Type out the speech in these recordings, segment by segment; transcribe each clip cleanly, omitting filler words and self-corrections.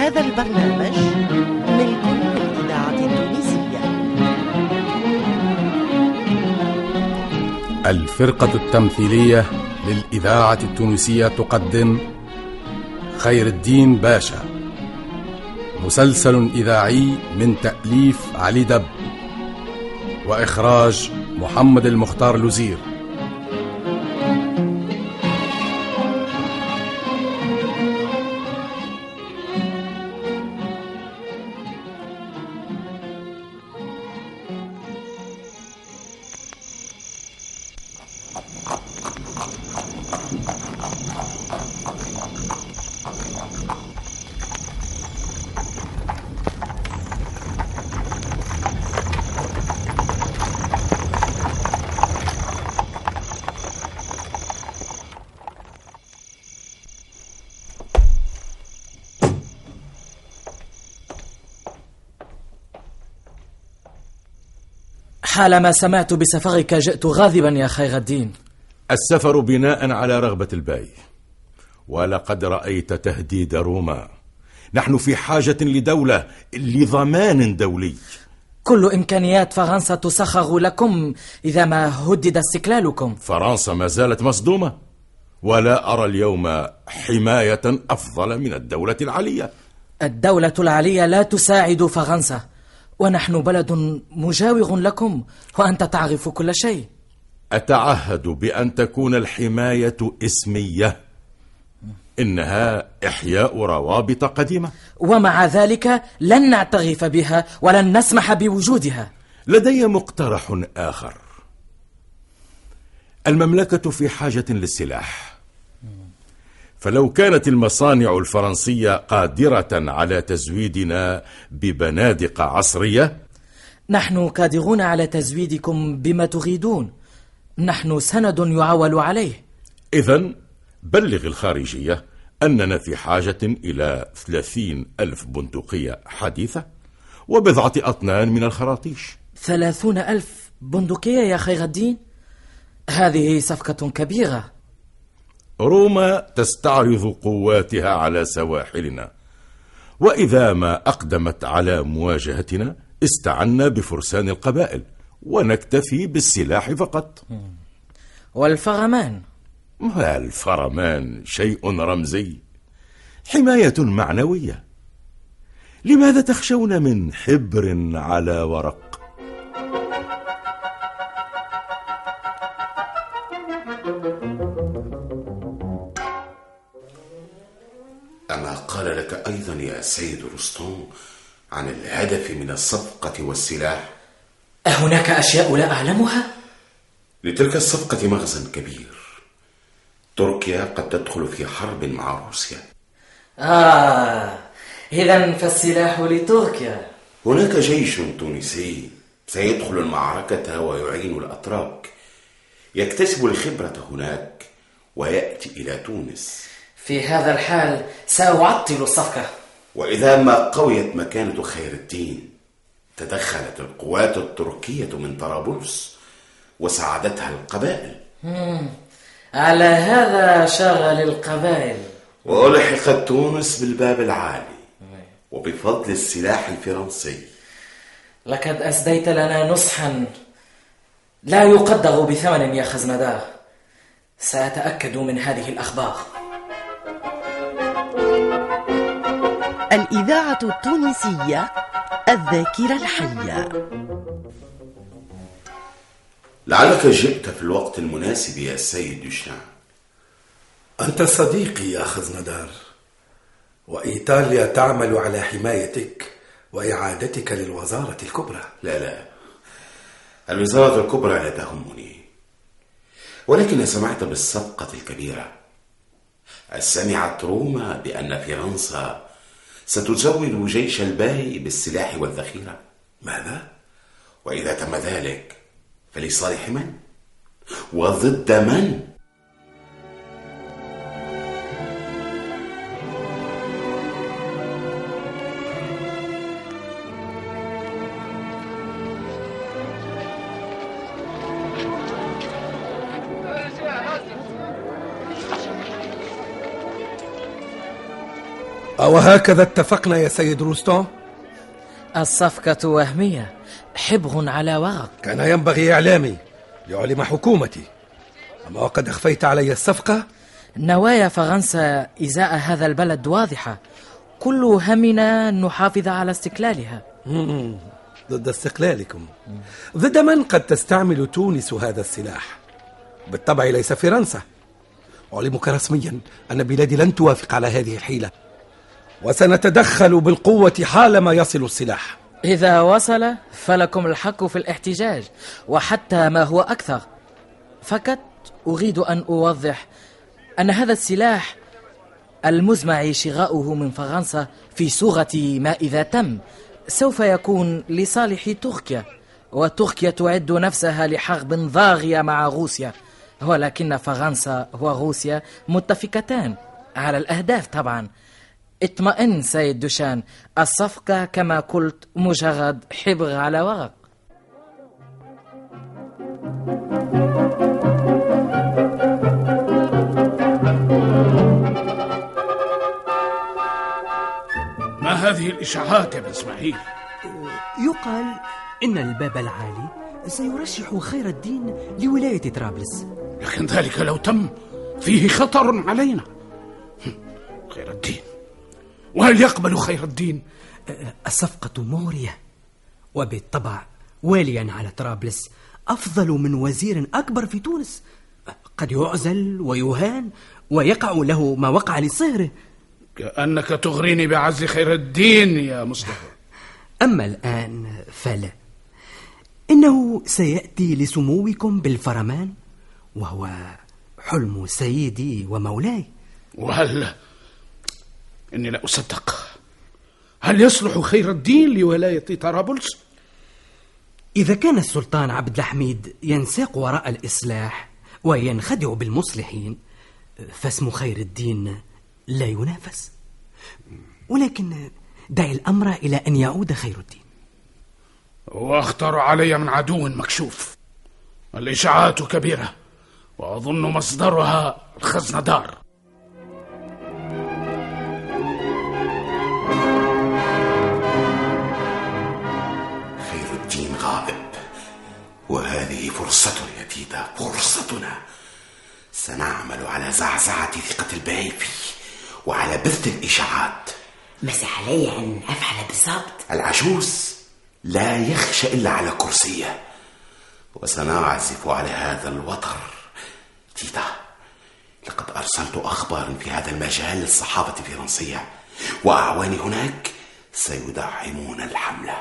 هذا البرنامج ملك للإذاعة التونسية. الفرقة التمثيلية للإذاعة التونسية تقدم خير الدين باشا، مسلسل إذاعي من تأليف علي دب وإخراج محمد المختار لوزير. حالما سمعت بسفرك جئت غاضبا يا خير الدين. السفر بناء على رغبة الباي، ولقد رأيت تهديد روما. نحن في حاجة لدولة، لضمان دولي. كل إمكانيات فرنسا تسخر لكم إذا ما هدد استقلالكم. فرنسا ما زالت مصدومة، ولا أرى اليوم حماية أفضل من الدولة العلية. الدولة العلية لا تساعد فرنسا، ونحن بلد مجاور لكم، وأنت تعرف كل شيء. أتعهد بأن تكون الحماية اسمية، إنها إحياء روابط قديمة، ومع ذلك لن نعترف بها ولن نسمح بوجودها. لدي مقترح آخر. المملكة في حاجة للسلاح، فلو كانت المصانع الفرنسية قادرة على تزويدنا ببنادق عصرية. نحن قادرون على تزويدكم بما تريدون، نحن سند يعول عليه. إذن بلغ الخارجية أننا في حاجة إلى 30,000 بندقية حديثة وبضعة أطنان من الخراطيش. 30,000 بندقية يا خير الدين؟ هذه صفقة كبيرة. روما تستعرض قواتها على سواحلنا، وإذا ما أقدمت على مواجهتنا استعنا بفرسان القبائل ونكتفي بالسلاح فقط. والفرمان؟ الفرمان شيء رمزي، حماية معنوية. لماذا تخشون من حبر على ورق؟ أما قال لك أيضا يا سيد رستم عن الهدف من الصفقة والسلاح؟ أهناك أشياء لا أعلمها؟ لتلك الصفقة مغزى كبير. تركيا قد تدخل في حرب مع روسيا. إذن فالسلاح لتركيا. هناك جيش تونسي سيدخل المعركة ويعين الأتراك، يكتسب الخبرة هناك ويأتي إلى تونس. في هذا الحال سأعطل الصفقة. وإذا ما قويت مكانة خير الدين تدخلت القوات التركية من طرابلس وساعدتها القبائل. على هذا شغل القبائل، وألحقت تونس بالباب العالي وبفضل السلاح الفرنسي. لقد أسديت لنا نصحا لا يقدر بثمن يا خزندار. سأتأكد من هذه الأخبار. الإذاعة التونسية، الذاكرة الحية. لعلك جئت في الوقت المناسب يا سيد دشان. أنت صديقي يا خزندار، وإيطاليا تعمل على حمايتك وإعادتك للوزارة الكبرى. لا، الوزارة الكبرى لا تهمني، ولكن سمعت بالصفقة الكبيرة. سمعت روما بأن فرنسا ستزود جيش الباي بالسلاح والذخيرة. ماذا؟ وإذا تم ذلك فلصالح من؟ وضد من؟ وهكذا اتفقنا يا سيد روستون؟ الصفقة وهمية، حبغ على ورق. كان ينبغي إعلامي لأعلم حكومتي، أما وقد أخفيت علي الصفقة. نوايا فرنسا إزاء هذا البلد واضحة، كل همنا أن نحافظ على استقلالها. ضد استقلالكم؟ ضد من قد تستعمل تونس هذا السلاح؟ بالطبع ليس فرنسا. أعلمك رسميا أن بلادي لن توافق على هذه الحيلة، وسنتدخل بالقوة حالما يصل السلاح. إذا وصل فلكم الحق في الاحتجاج، وحتى ما هو أكثر. فقط أريد أن أوضح أن هذا السلاح المزمع شراؤه من فرنسا في صورة ما إذا تم سوف يكون لصالح تركيا، وتركيا تعد نفسها لحرب ضاغية مع روسيا، ولكن فرنسا وروسيا متفقتان على الأهداف. طبعا اطمئن سيد دوشان، الصفقة كما قلت مجرد حبر على ورق. ما هذه الإشاعات يا ابن إسماعيل؟ يقال إن الباب العالي سيرشح خير الدين لولاية طرابلس، لكن ذلك لو تم فيه خطر علينا. خير الدين، وهل يقبل خير الدين؟ الصفقة مغرية، وبالطبع واليا على طرابلس أفضل من وزير أكبر في تونس، قد يعزل ويهان ويقع له ما وقع لصهره. كأنك تغريني بعزل خير الدين يا مصطفى. أما الآن فلا، إنه سيأتي لسموكم بالفرمان، وهو حلم سيدي ومولاي. وهل إني لا أصدق، هل يصلح خير الدين لولاية طرابلس؟ إذا كان السلطان عبد الحميد ينساق وراء الإصلاح وينخدع بالمصلحين، فاسم خير الدين لا ينافس. ولكن دع الأمر إلى أن يعود خير الدين. وأخطر علي من عدو مكشوف. الإشاعات كبيرة، وأظن مصدرها الخزندار. خير الدين غائب، وهذه فرصة يا تيتا، فرصتنا. سنعمل على زعزعة ثقة الباي فيه وعلى بث الإشاعات. ماذا علي أن أفعل بالضبط؟ العجوز لا يخشى إلا على كرسيه، وسنعزف على هذا الوتر. تيتا، لقد أرسلت أخبارا في هذا المجال للصحافة الفرنسية، وأعواني هناك سيدعمون الحملة.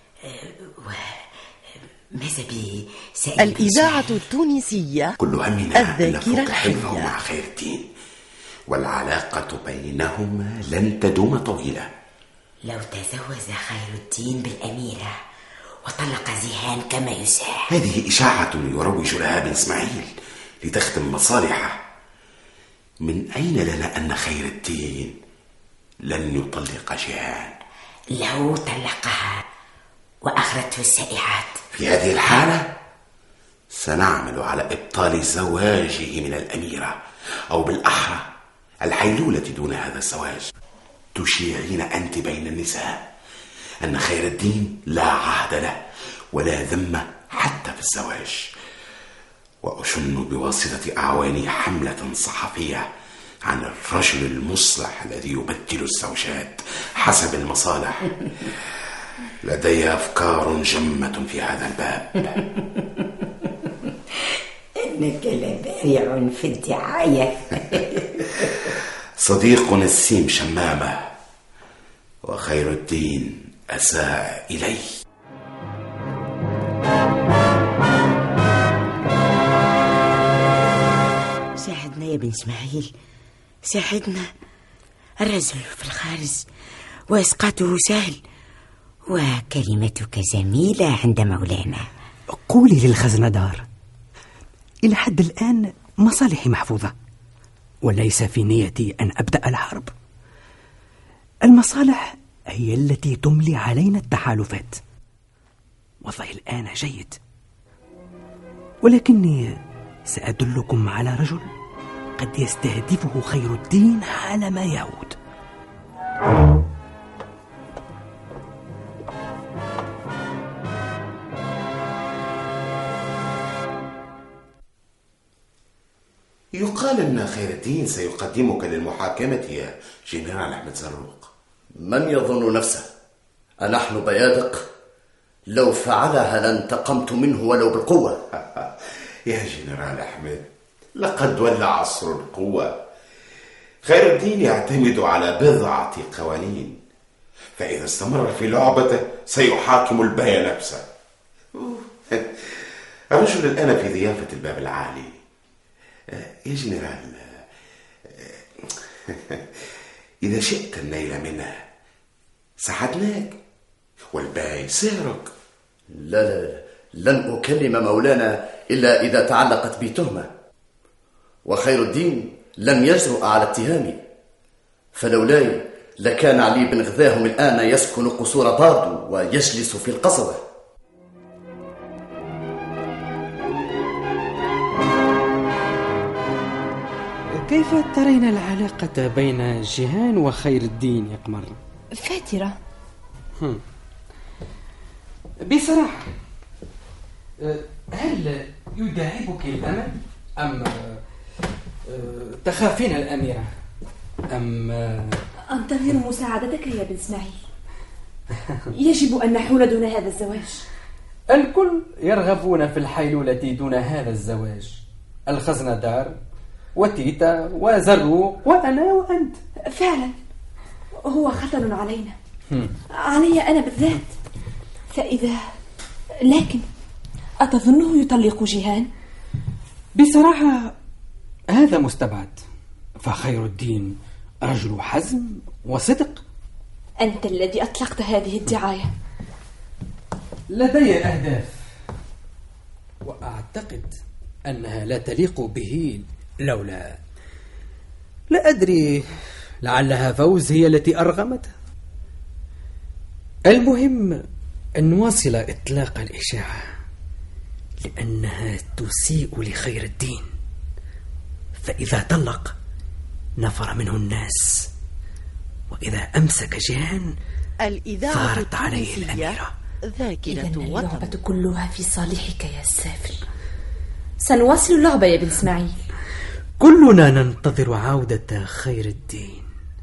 ماذا الإذاعة التونسية كل همنا الذاكرة الحلوة مع خير الدين، والعلاقة بينهما لن تدوم طويلة. لو تزوج خير الدين بالأميرة وطلق زيهان كما يساع. هذه إشاعة يروج لها بن إسماعيل لتخدم مصالحه. من أين لنا أن خير الدين لن يطلق جيهان؟ لو طلقها وأخرته السائحات، في هذه الحالة سنعمل على إبطال زواجه من الأميرة، أو بالأحرى الحيلولة دون هذا الزواج. تشيعين أنت بين النساء أن خير الدين لا عهد له ولا ذمة حتى في الزواج، وأشن بواسطة أعواني حملة صحفية عن الرجل المصلح الذي يبدل الزوجات حسب المصالح. لدي أفكار جمة في هذا الباب. إنك لبارع في الدعاية. صديق السيم شمامة، وخير الدين أساء إلي. ساعدنا يا بن إسماعيل، ساعدنا. الرجل في الخارج وإسقاطه سهل، وكلمتك جميلة عند مولانا. قولي للخزندار إلى حد الآن مصالحي محفوظة، وليس في نيتي أن أبدأ الحرب. المصالح هي التي تملي علينا التحالفات. وضعي الآن جيد، ولكني سأدلكم على رجل قد يستهدفه خير الدين حالما يعود. يقال أن خير الدين سيقدمك للمحاكمة يا جنرال أحمد زروق. من يظن نفسه؟ أنحن بيادق؟ لو فعلها لانتقمت منه ولو بالقوة. يا جنرال أحمد، لقد ولى عصر القوة. خير الدين يعتمد على بضعة قوانين، فإذا استمر في لعبته سيحاكم الباي نفسه. الرجل الآن في ضيافة الباب العالي. يا جنرال، إذا شئت النيل منه ساعدناك، والباقي سيرك. لا، لن أكلم مولانا إلا إذا تعلقت بي تهمة، وخير الدين لم يجرؤ على اتهامي، فلولاي لكان علي بن غذاهم الآن يسكن قصور باردو ويجلس في القصبة. كيف ترين العلاقة بين جيهان وخير الدين يا قمر؟ فاترة. بصراحة، هل يداعبك الأمل أم تخافين الأميرة أم أنتظر مساعدتك يا بن إسماعيل. يجب أن نحول دون هذا الزواج. الكل يرغبون في الحيلولة دون هذا الزواج، الخزندار وتيتا وزروق وأنا وأنت. فعلا هو خطر علينا، علي أنا بالذات. فإذا لكن أتظنه يطلق جيهان؟ بصراحة هذا مستبعد، فخير الدين رجل حزم وصدق. أنت الذي أطلقت هذه الدعاية. لدي أهداف، وأعتقد أنها لا تليق به، لولا لا أدري، لعلها فوز هي التي أرغمته. المهم أن نواصل إطلاق الإشاعة، لأنها تسيء لخير الدين، فإذا طلق نفر منه الناس، وإذا أمسك جيهان ثارت عليه الأميرة. إذن اللعبة كلها في صالحك يا سافل. سنواصل اللعبة يا بن إسماعيل. كلنا ننتظر عودة خير الدين.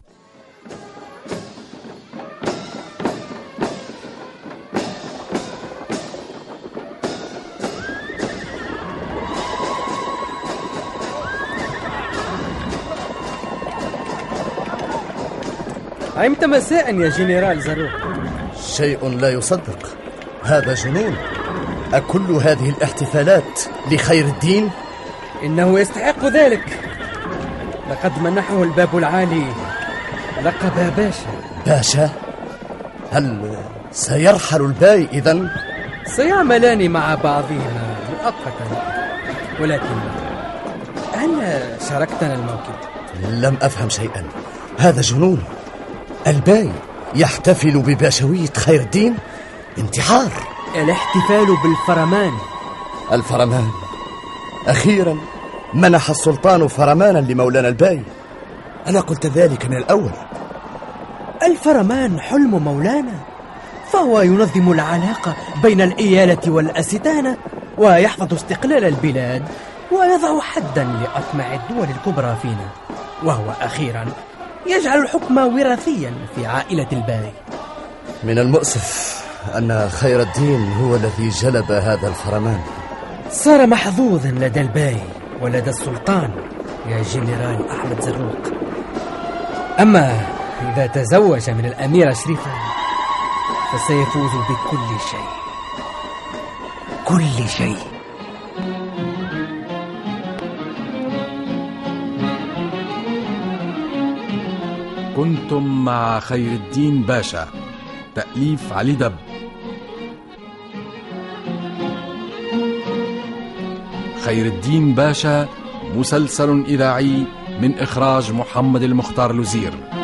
عمت مساء يا جنرال زروق. شيء لا يصدق، هذا جنون. أكل هذه الاحتفالات لخير الدين؟ إنه يستحق ذلك، لقد منحه الباب العالي لقب باشا. باشا؟ هل سيرحل الباي إذن؟ سيعملان مع بعضهما مؤقتا، ولكن هل شاركتنا الموكب؟ لم أفهم شيئا، هذا جنون. الباي يحتفل بباشوية خير الدين؟ انتحار. الاحتفال بالفرمان. الفرمان؟ أخيرا منح السلطان فرمانا لمولانا الباي، أنا قلت ذلك من الأول. الفرمان حلم مولانا، فهو ينظم العلاقة بين الإيالة والأستانة، ويحفظ استقلال البلاد، ويضع حدا لأطماع الدول الكبرى فينا، وهو أخيرا يجعل الحكم وراثيا في عائلة الباي. من المؤسف أن خير الدين هو الذي جلب هذا الفرمان. صار محظوظا لدى الباي ولدى السلطان يا جنرال أحمد زروق. أما إذا تزوج من الأميرة شريفة فسيفوز بكل شيء، كل شيء. كنتم مع خير الدين باشا، تأليف علي دب، خير الدين باشا مسلسل إذاعي من إخراج محمد المختار لوزير.